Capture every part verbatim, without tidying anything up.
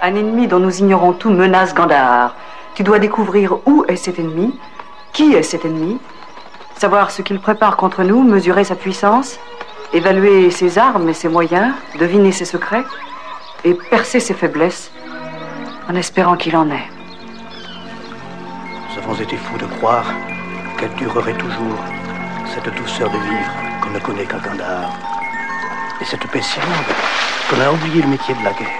Un ennemi dont nous ignorons tout menace Gandahar. Tu dois découvrir où est cet ennemi, qui est cet ennemi, savoir ce qu'il prépare contre nous, mesurer sa puissance, évaluer ses armes et ses moyens, deviner ses secrets et percer ses faiblesses en espérant qu'il en est. Nous avons été fous de croire qu'elle durerait toujours, cette douceur de vivre qu'on ne connaît qu'à Gandahar. Et cette paix si longue qu'on a oublié le métier de la guerre.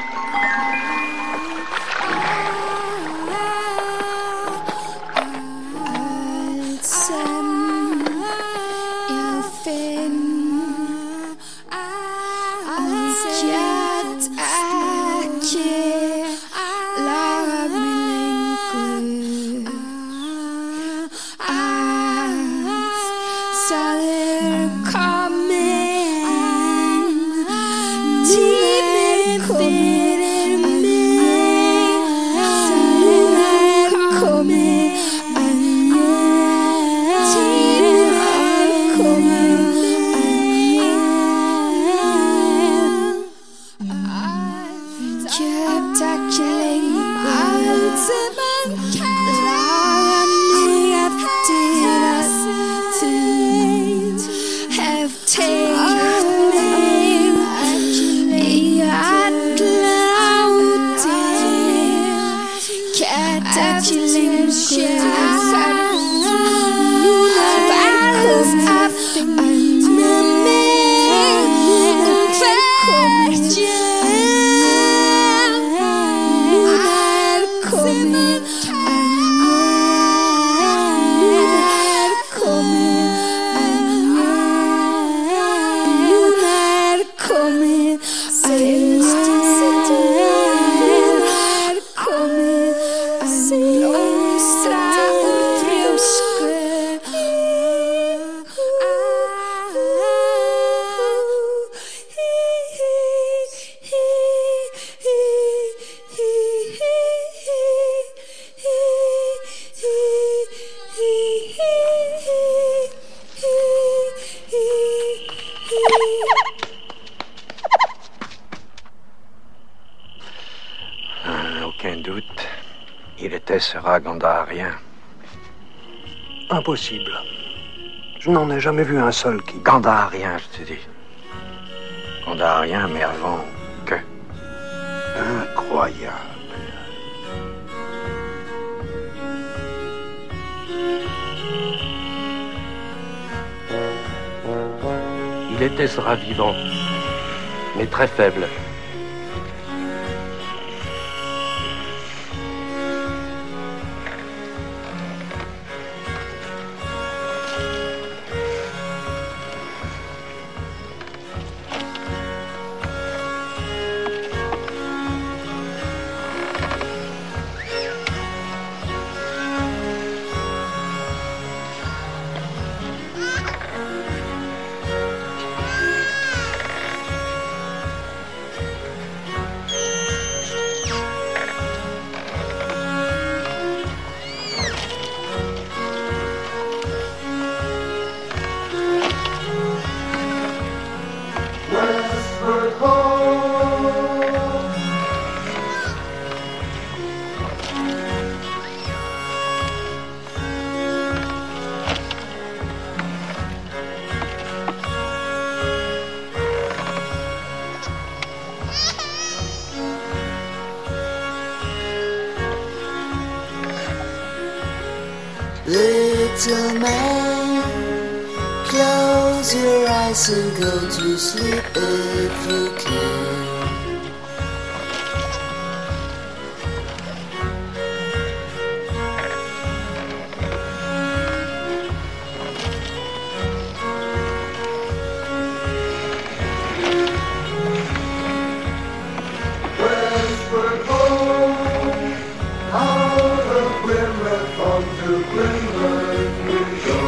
Sera Gandaharien. Impossible. Je n'en ai jamais vu un seul qui... Gandaharien, je te dis. Gandaharien, mais avant que... Incroyable. Il était sera vivant, mais très faible. Little man, close your eyes and go to sleep if you can. Westward home, out of Plymouth on to Plymouth we go.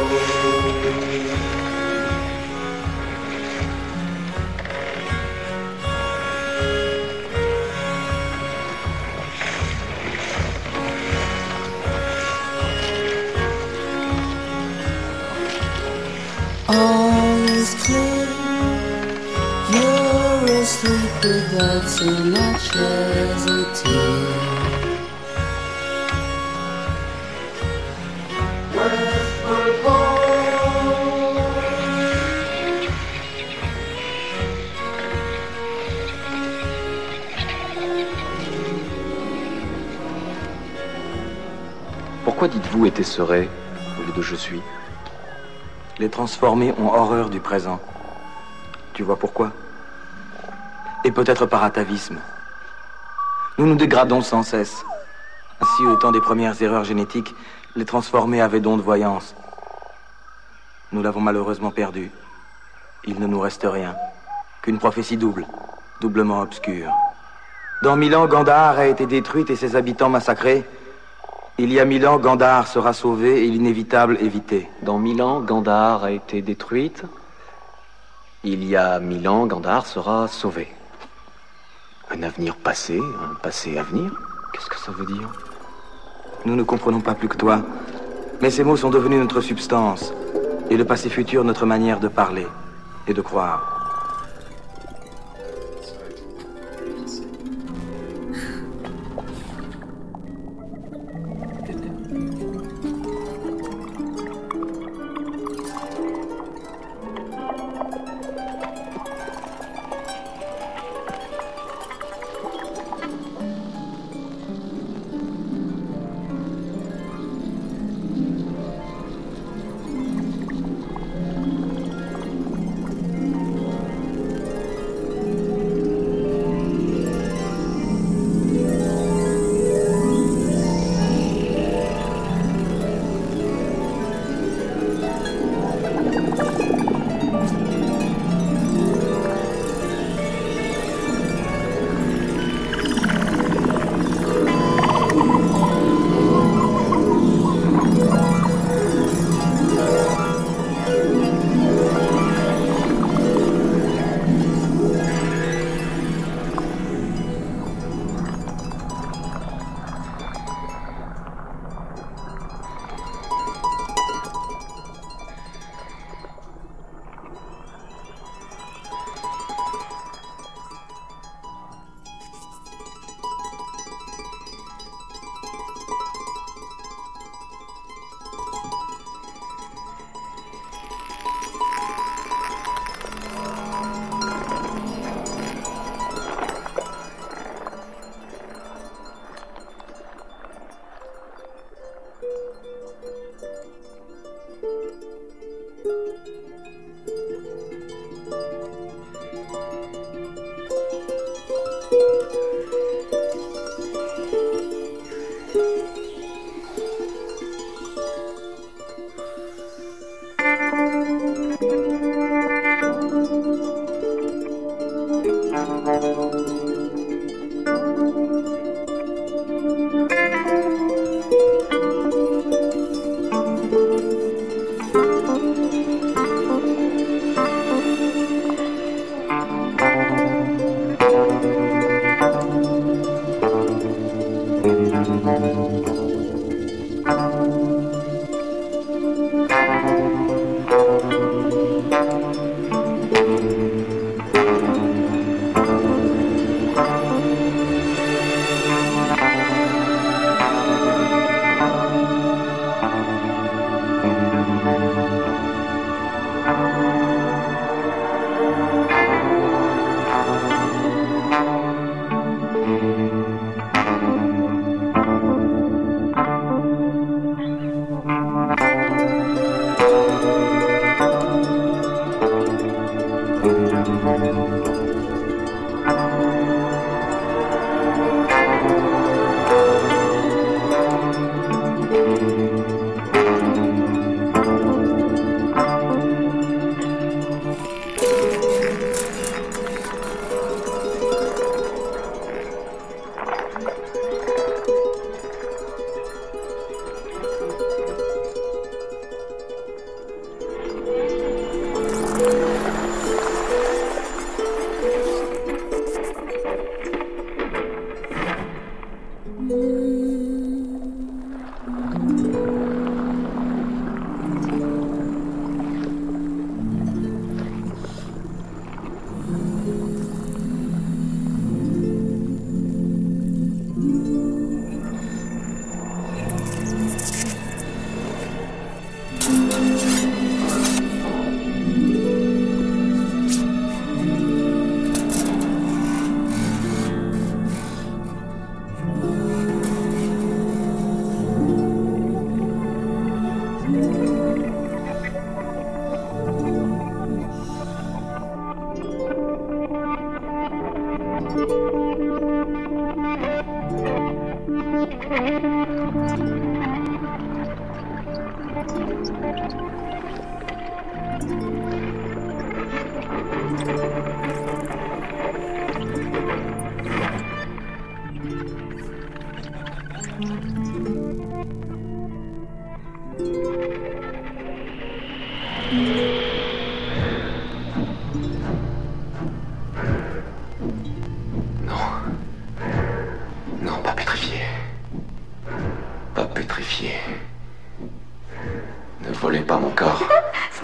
sleep without so much as a tear. Westward Ho! Pourquoi dites-vous était serait au lieu de je suis? Les transformés ont horreur du présent. Tu vois pourquoi? Et peut-être par atavisme. Nous nous dégradons sans cesse. Ainsi, au temps des premières erreurs génétiques, les transformés avaient don de voyance. Nous l'avons malheureusement perdu. Il ne nous reste rien qu'une prophétie double, doublement obscure. Dans mille ans, Gandhar a été détruite et ses habitants massacrés. Il y a mille ans, Gandhar sera sauvé et l'inévitable évité. Dans mille ans, Gandhar a été détruite. Il y a mille ans, Gandhar sera sauvé. Un avenir passé, un passé avenir? Qu'est-ce que ça veut dire? Nous ne comprenons pas plus que toi. Mais ces mots sont devenus notre substance. Et le passé futur, notre manière de parler et de croire.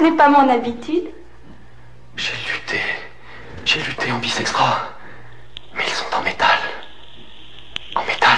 n'est pas mon habitude. J'ai lutté. J'ai lutté en bisextra. Mais ils sont en métal. En métal.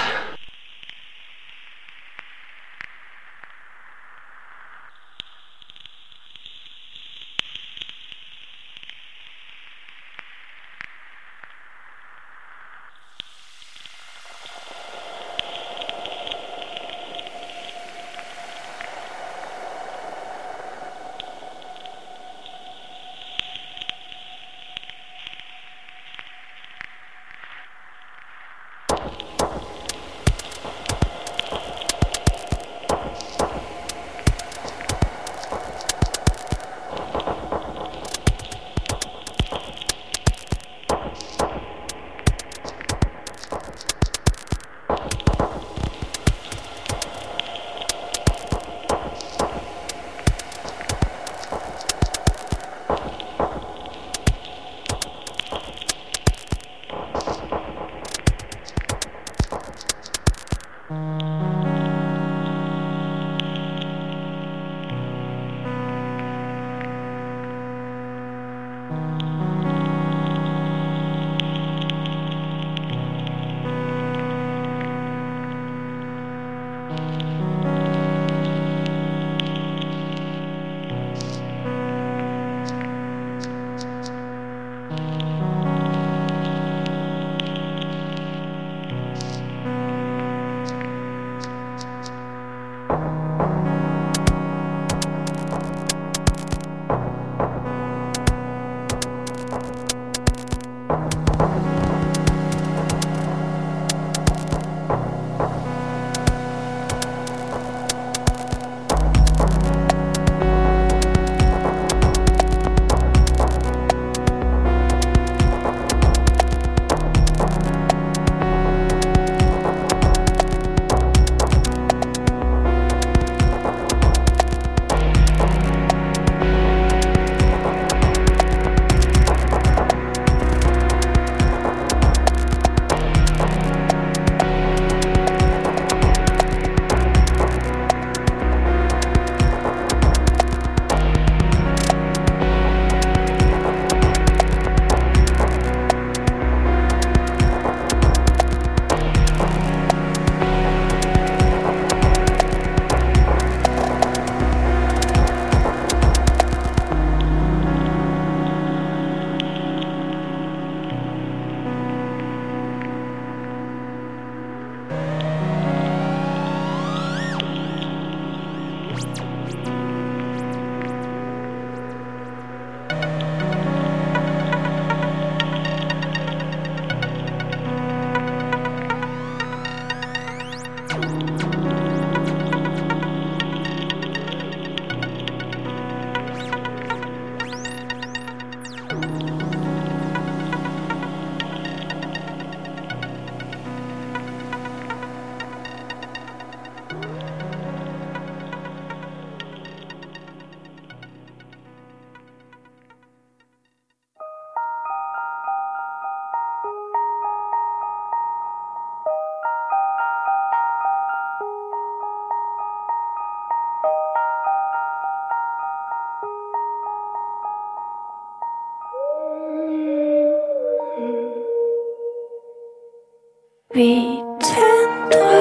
Wie tendre,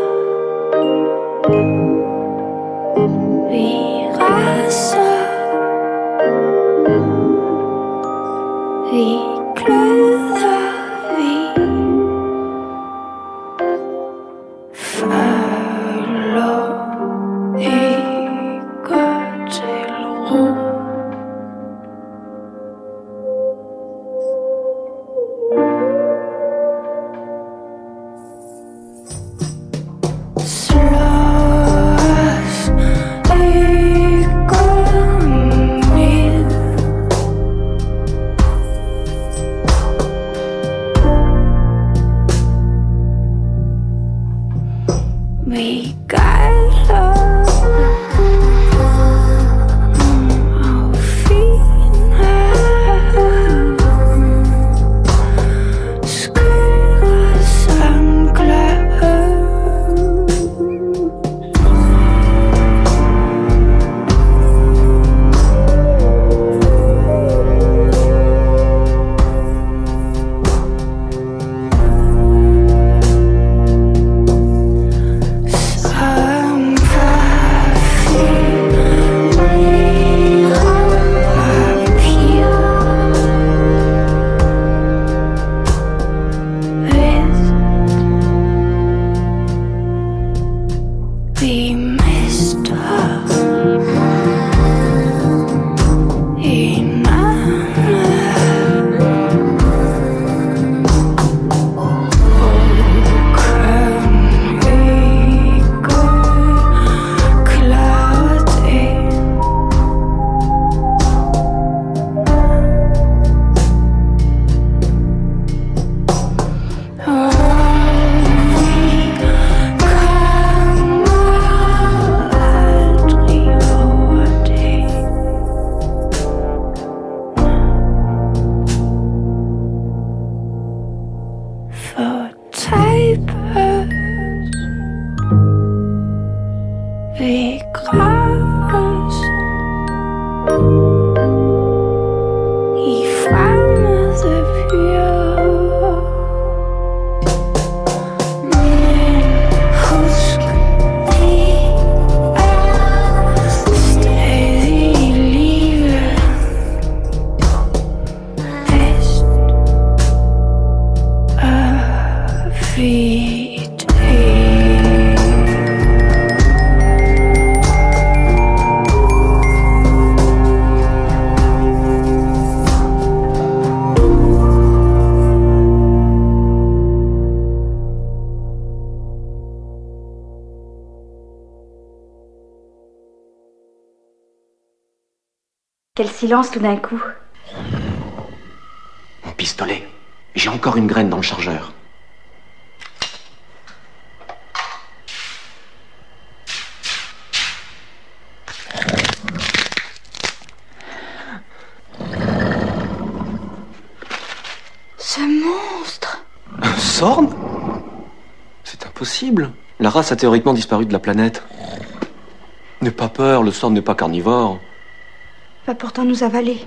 wie race, wie glöda, wie föllo ögat till ro. feet. Quel silence tout d'un coup. Mon pistolet. J'ai encore une graine dans le chargeur. Ce monstre! Un Sorn? C'est impossible. La race a théoriquement disparu de la planète. N'aie pas peur, le Sorn n'est pas carnivore. Va pourtant nous avaler.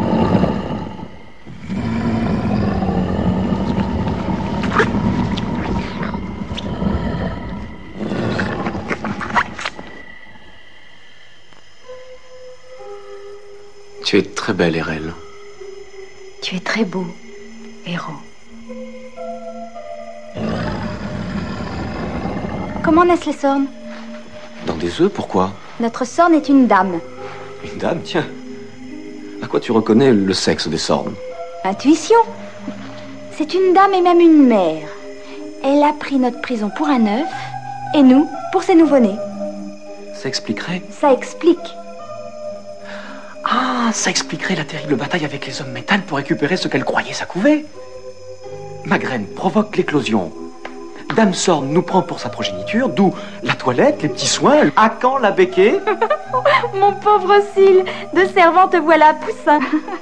Tu es très belle, Erel. Tu es très beau, héros. Comment naissent les Sornes? Dans des œufs, pourquoi? Notre Sorne est une dame. Une dame, tiens. À quoi tu reconnais le sexe des Sornes? Intuition. C'est une dame et même une mère. Elle a pris notre prison pour un œuf et nous pour ses nouveau-nés. Ça expliquerait? Ça explique. Ah, ça expliquerait la terrible bataille avec les hommes métal pour récupérer ce qu'elle croyait ça couvait. Ma graine provoque l'éclosion. Dame Sorne nous prend pour sa progéniture, d'où la toilette, les petits soins. À quand la béquée? Mon pauvre cil, de servant te voilà poussin.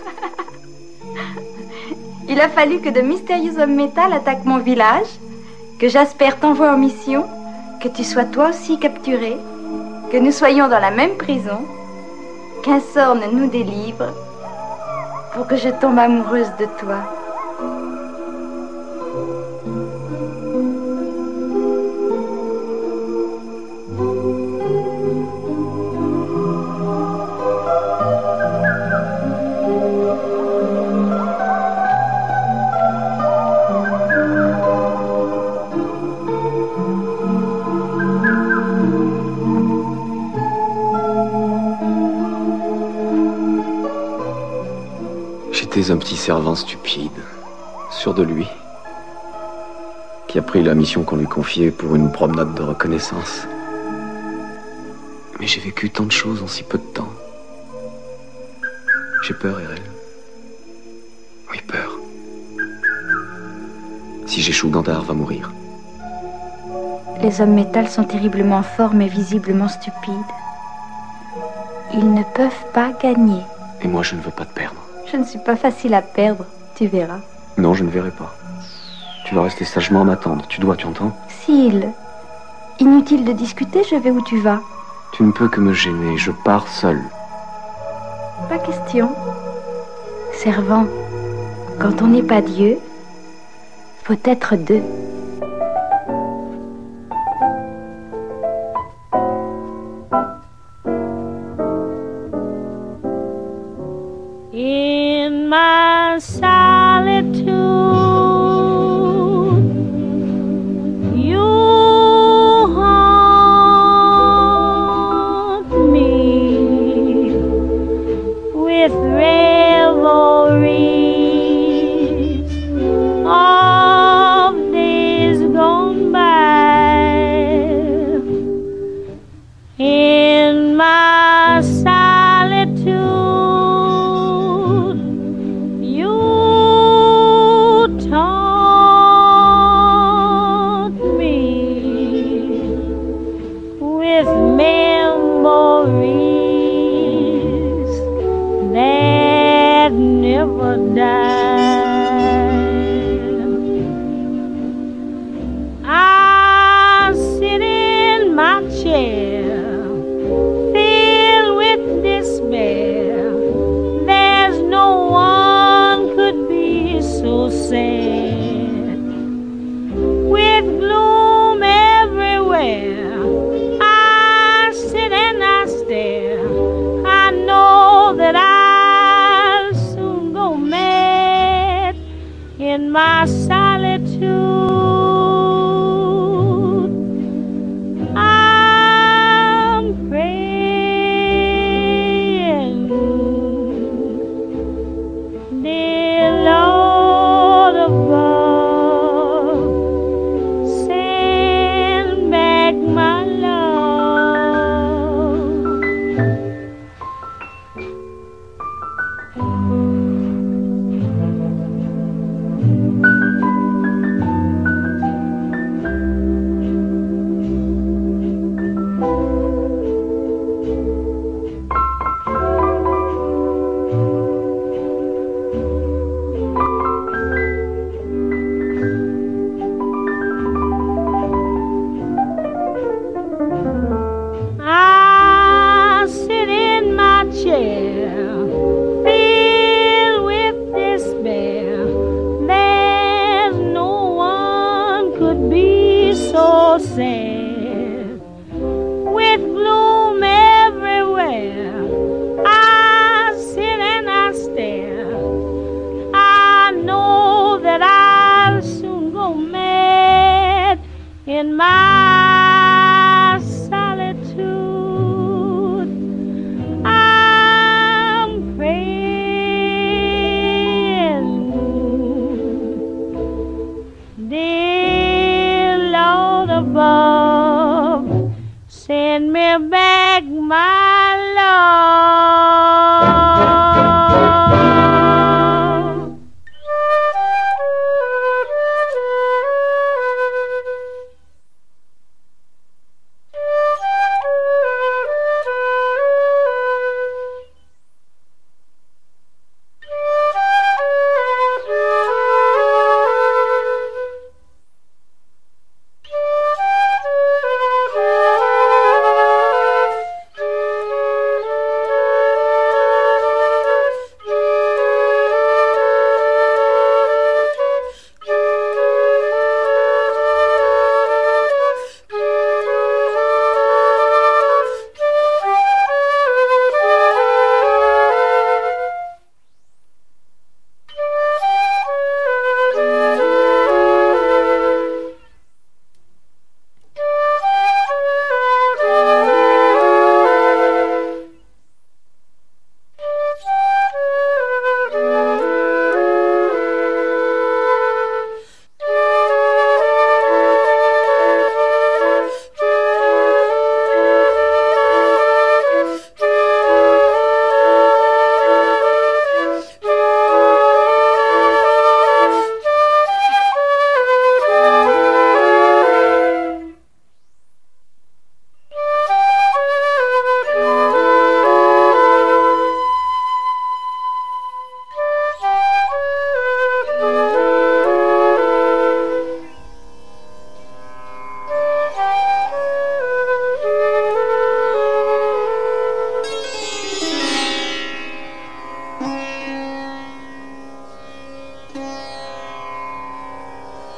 Il a fallu que de mystérieux hommes métal attaquent mon village, que Jasper t'envoie en mission, que tu sois toi aussi capturé, que nous soyons dans la même prison, qu'un Sorne nous délivre, pour que je tombe amoureuse de toi. J'étais un petit servant stupide, sûr de lui, qui a pris la mission qu'on lui confiait pour une promenade de reconnaissance. Mais j'ai vécu tant de choses en si peu de temps. J'ai peur, Erel. Oui, peur. Si j'échoue, Gandar va mourir. Les hommes métal sont terriblement forts mais visiblement stupides. Ils ne peuvent pas gagner. Et moi, je ne veux pas te perdre. Je ne suis pas facile à perdre, tu verras. Non, je ne verrai pas. Tu vas rester sagement en attente. Tu dois, tu entends? Syl, inutile de discuter, je vais où tu vas. Tu ne peux que me gêner, je pars seul. Pas question. Servant, quand on n'est pas Dieu, faut être deux. In my solitude, you haunt me with revelries of days gone by. In my solitude, I sit in my chair, filled with despair. There's no one could be so sad. With gloom everywhere, I sit and I stare. I know that I'll soon go mad in my solitude.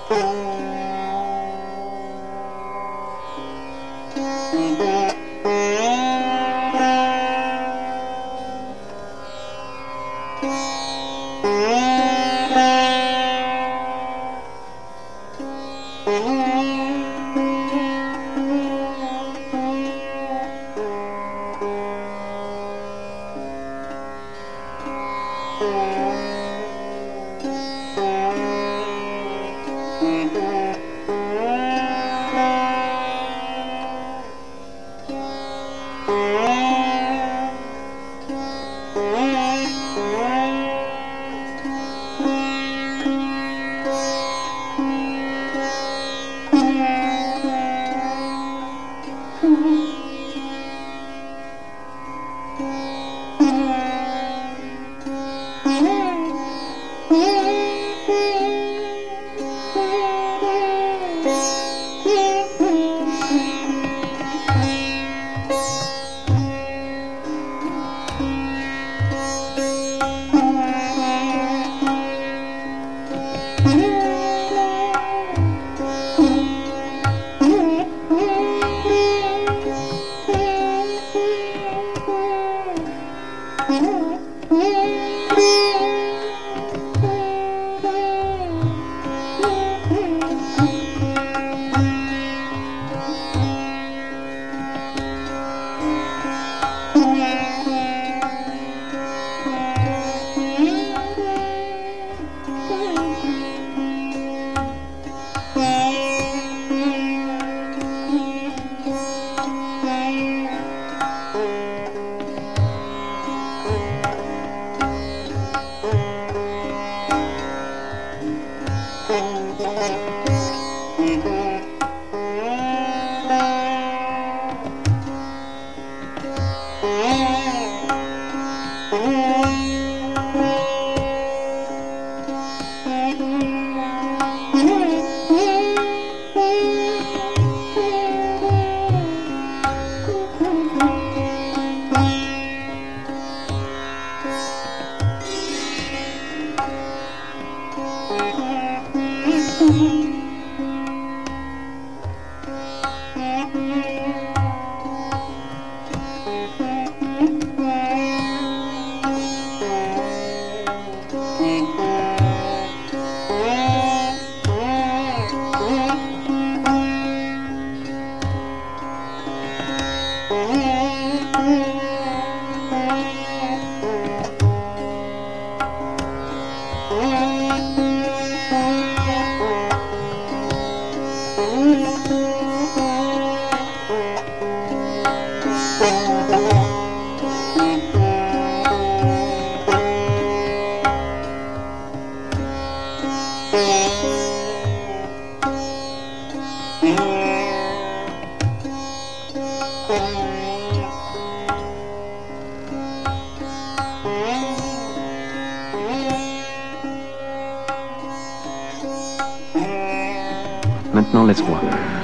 Maintenant, laisse-moi.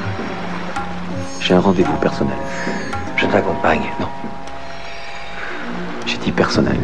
J'ai un rendez-vous personnel. Je t'accompagne. Non. J'ai dit personnel.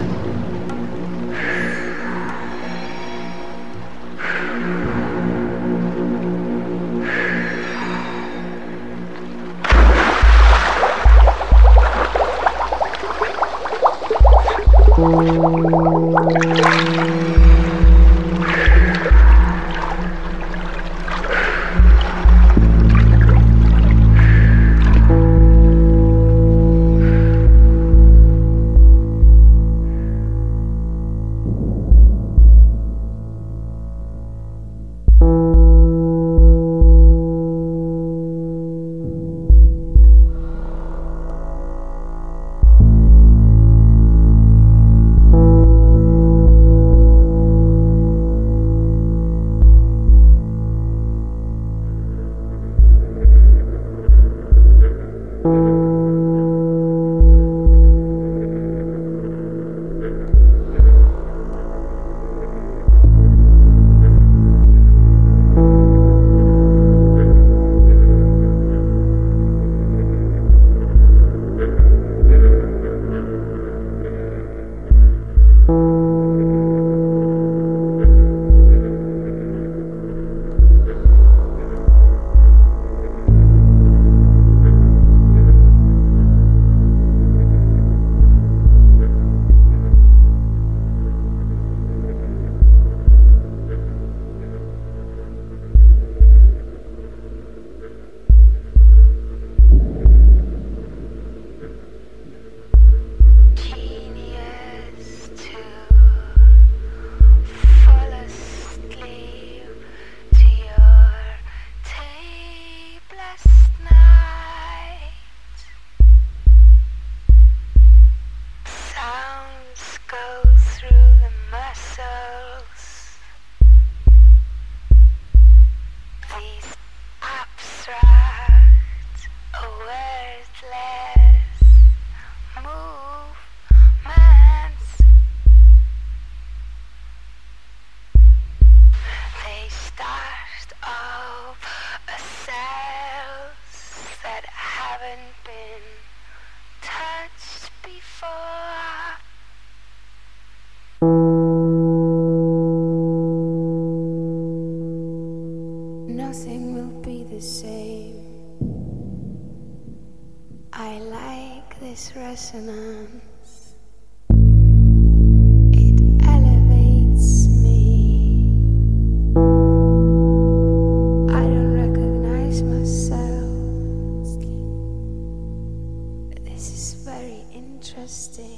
nothing will be the same. I like this resonance. It elevates me. I don't recognize myself. This is very interesting.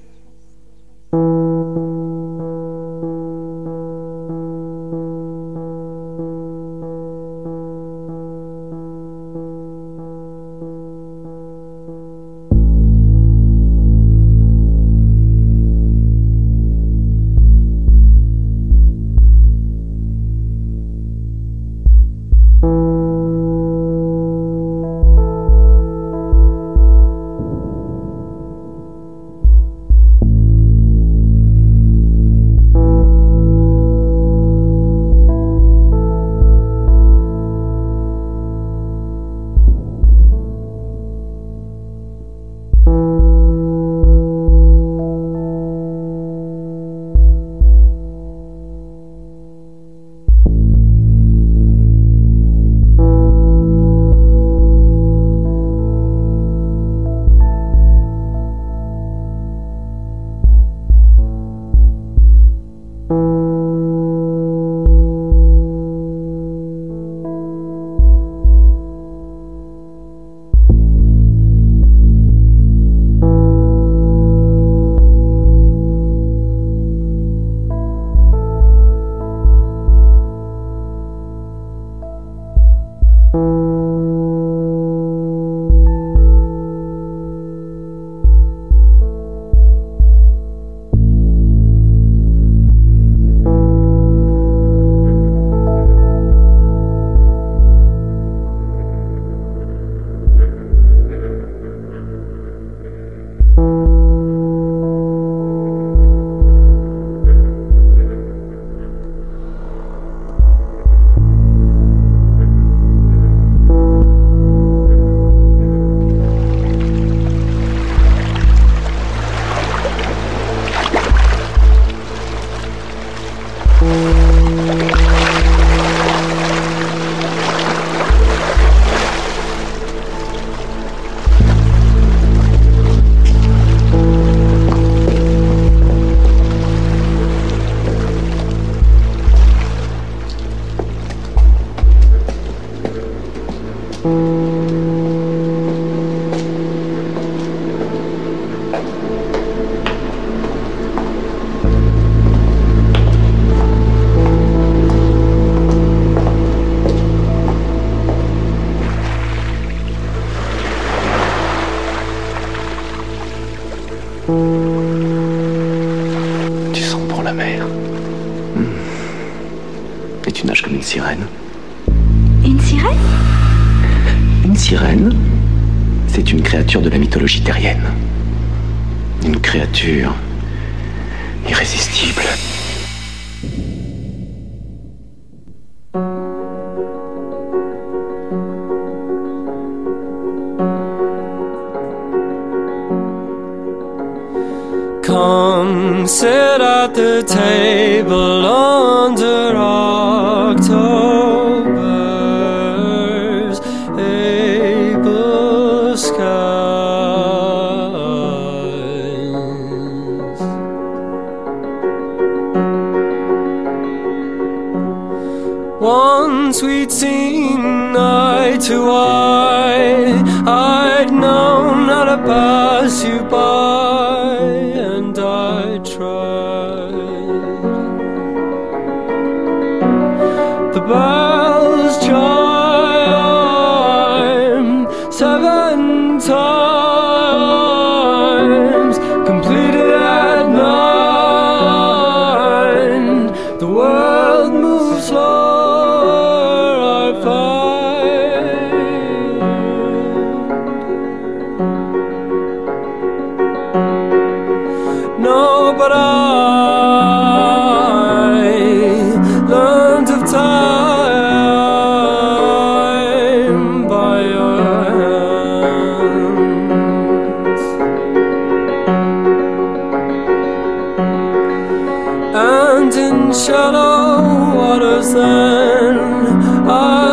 Tu sens pour la mer. Mmh. Et tu nages comme une sirène. Une sirène? Une sirène, c'est une créature de la mythologie terrienne. Une créature irrésistible. Come sit at the table under October's April skies. One sweet scene eye to eye, I'd known how to pass you by. I tried. The bells chime seven times, completed at nine. The world moves slower, I find. No, but I learned of time by your hands, and in shallow waters then I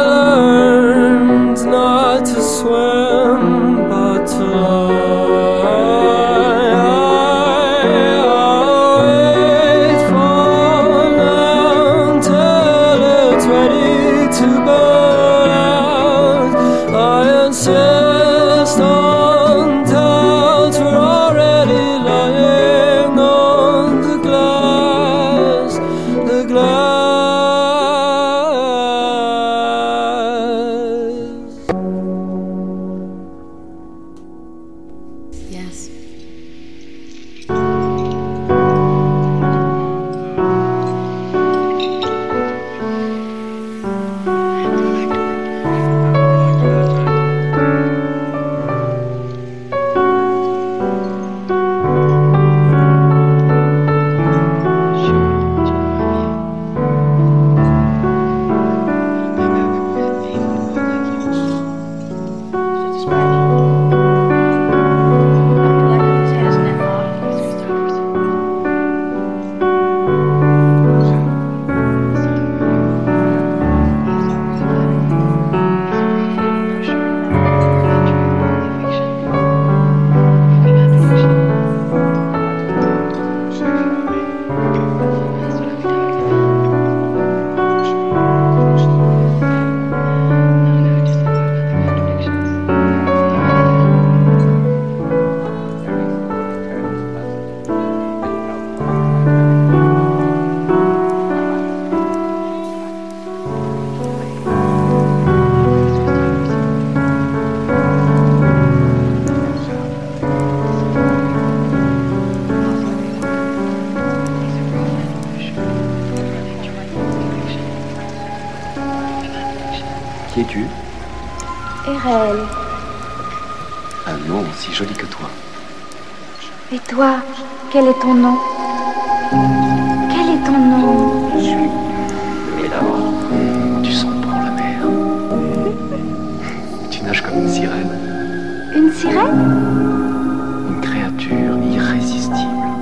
Qui es-tu? Erel. Un nom aussi joli que toi. Et toi, quel est ton nom? Quel est ton nom? Je suis Mélan. Tu sens bon la mer. Tu nages comme une sirène. Une sirène? Une créature irrésistible.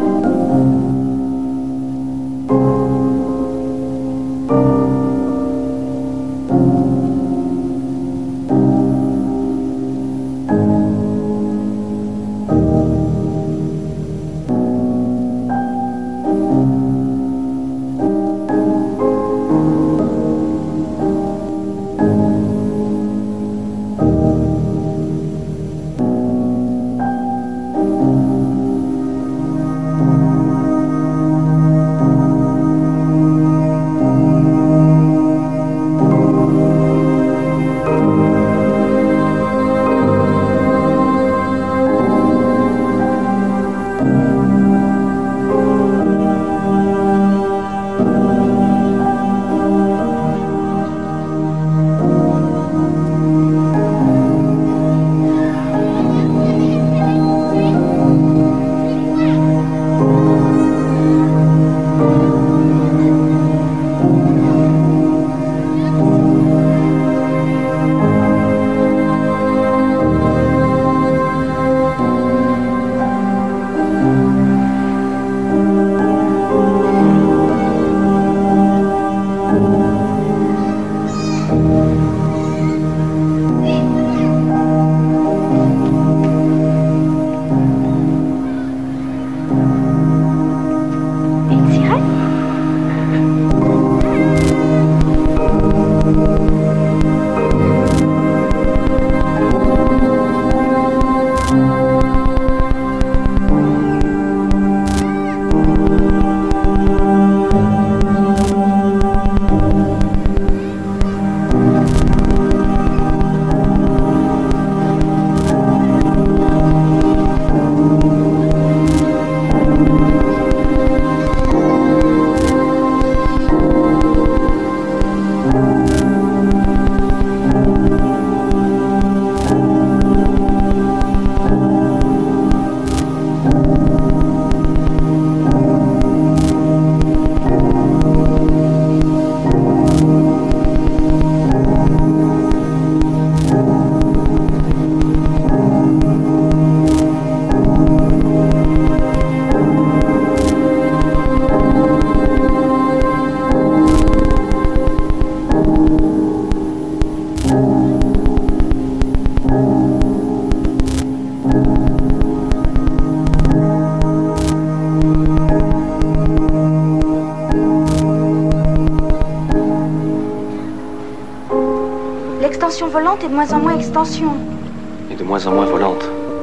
L'extension volante est de moins en moins extension. Et de moins en moins volante.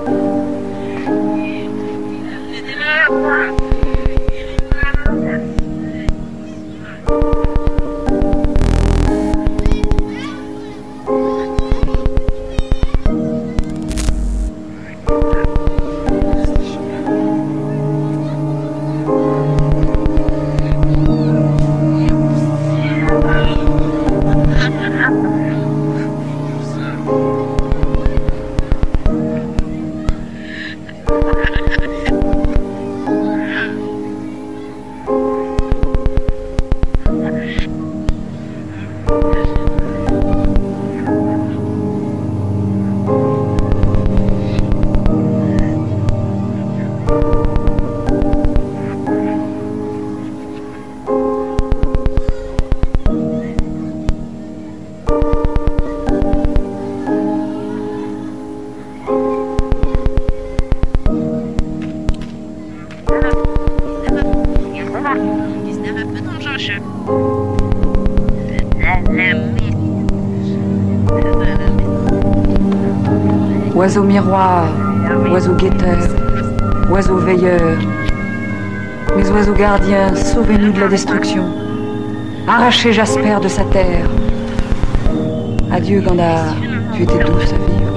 Oiseau miroir, oiseau guetteur, oiseau veilleur, mes oiseaux gardiens, sauvez-nous de la destruction. Arrachez Jasper de sa terre. Adieu Gandhar, tu étais douce à vivre.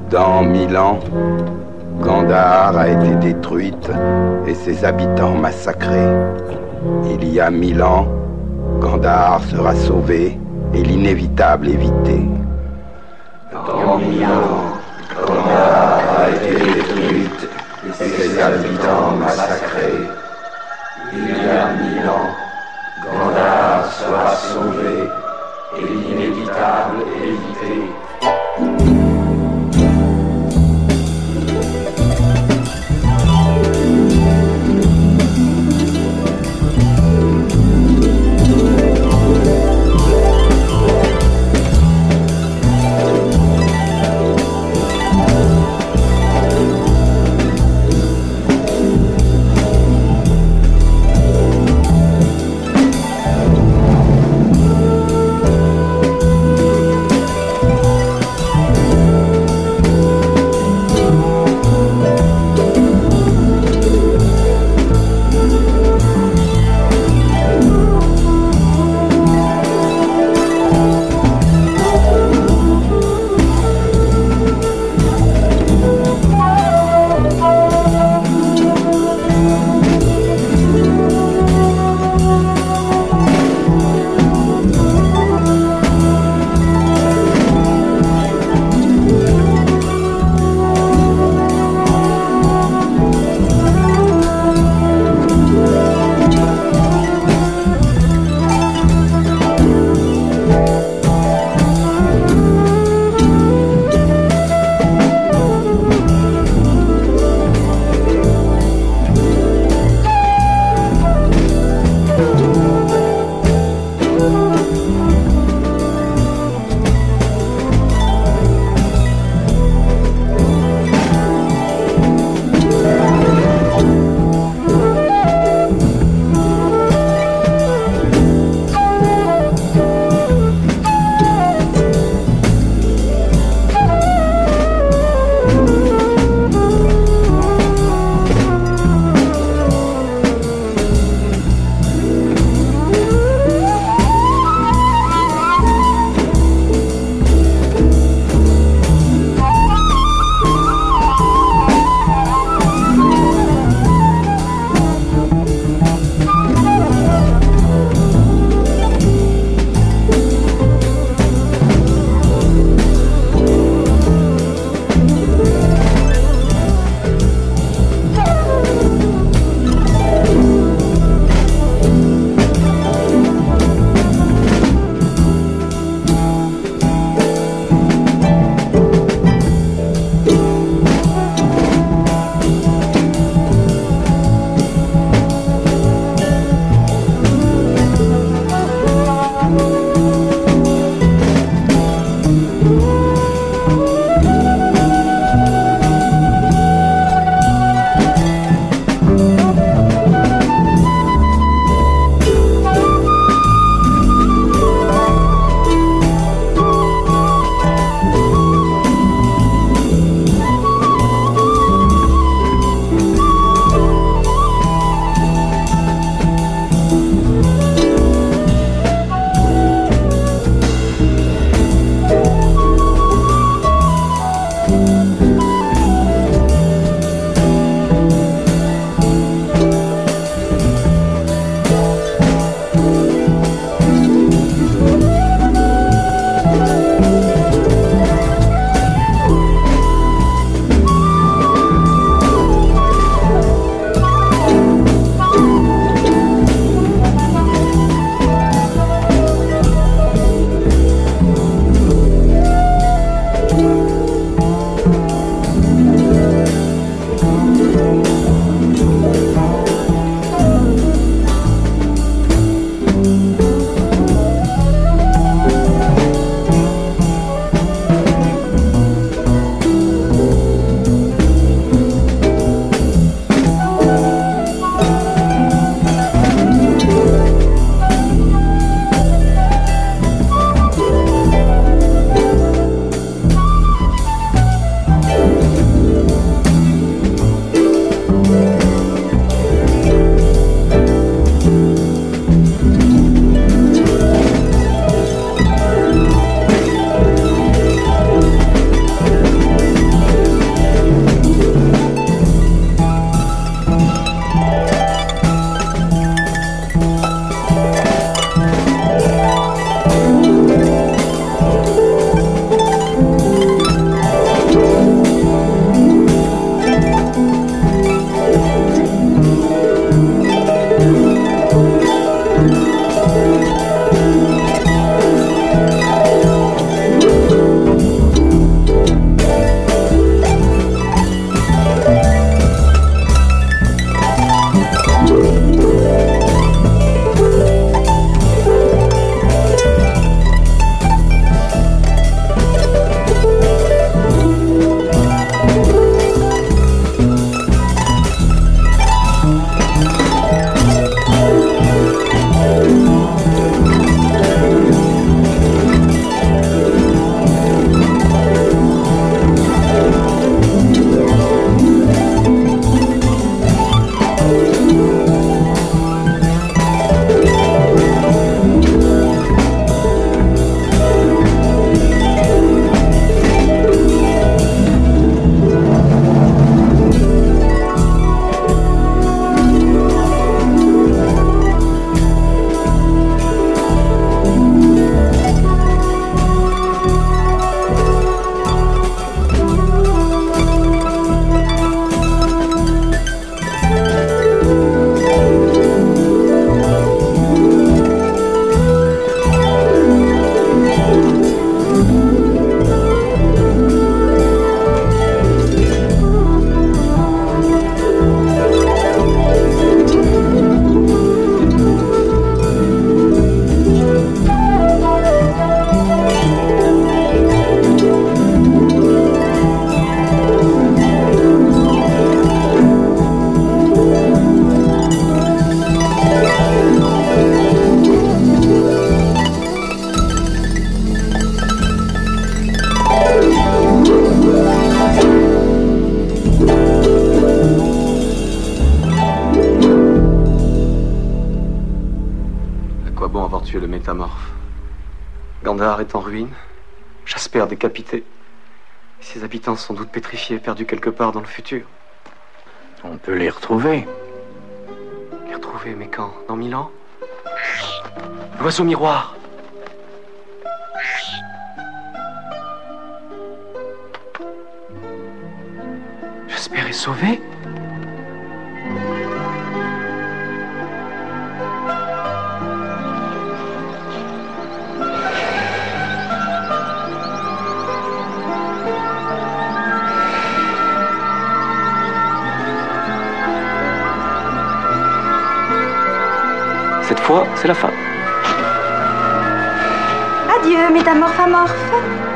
Dans mille ans, Gandhar a été détruite et ses habitants massacrés. Il y a mille ans, Gandhar sera sauvé et l'inévitable évité. Dans mille ans, Gandhar a été détruite et ses habitants massacrés. Il y a mille ans, Gandhar sera sauvé et l'inévitable évité. Gandhar est en ruine, Jasper décapité. Ses habitants sans doute pétrifiés, perdus quelque part dans le futur. On peut les retrouver. Les retrouver, mais quand? Dans mille ans? L'oiseau miroir. Jasper est sauvé? Cette fois, c'est la fin. Adieu, métamorphamorphe.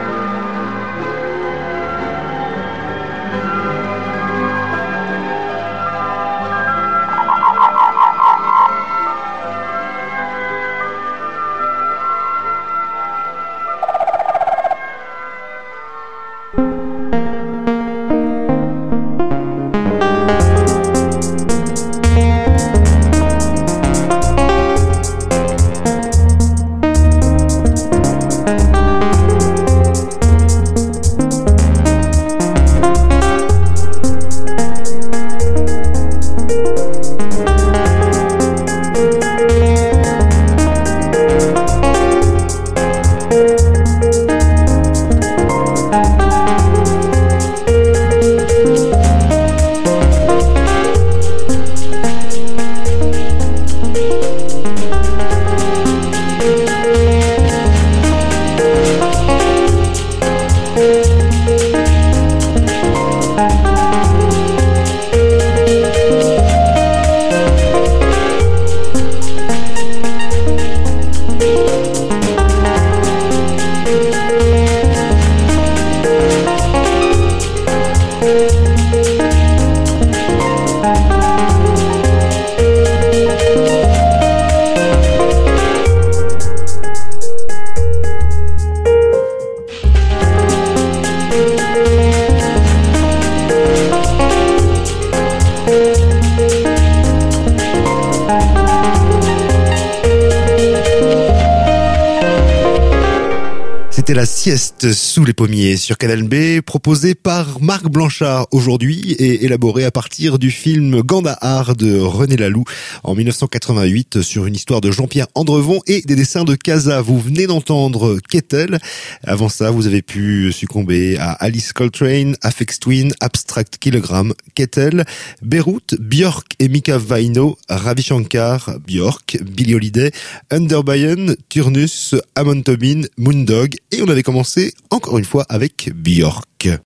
C'était la sieste sous les pommiers sur Canal B, proposée par Marc Blanchard aujourd'hui et élaborée à partir du film Gandhar de René Laloux en dix-neuf cent quatre-vingt-huit sur une histoire de Jean-Pierre Andrevon et des dessins de Casa. Vous venez d'entendre Kettle. Avant ça, vous avez pu succomber à Alice Coltrane, Aphex Twin, Abstract Kilogram, Kettle, Beyrouth, Björk et Mika Vaino, Ravi Shankar, Björk, Billie Holiday, Underbayen, Turnus, Amon Tobin, Moondog. Et on avait commencé encore une fois avec Björk.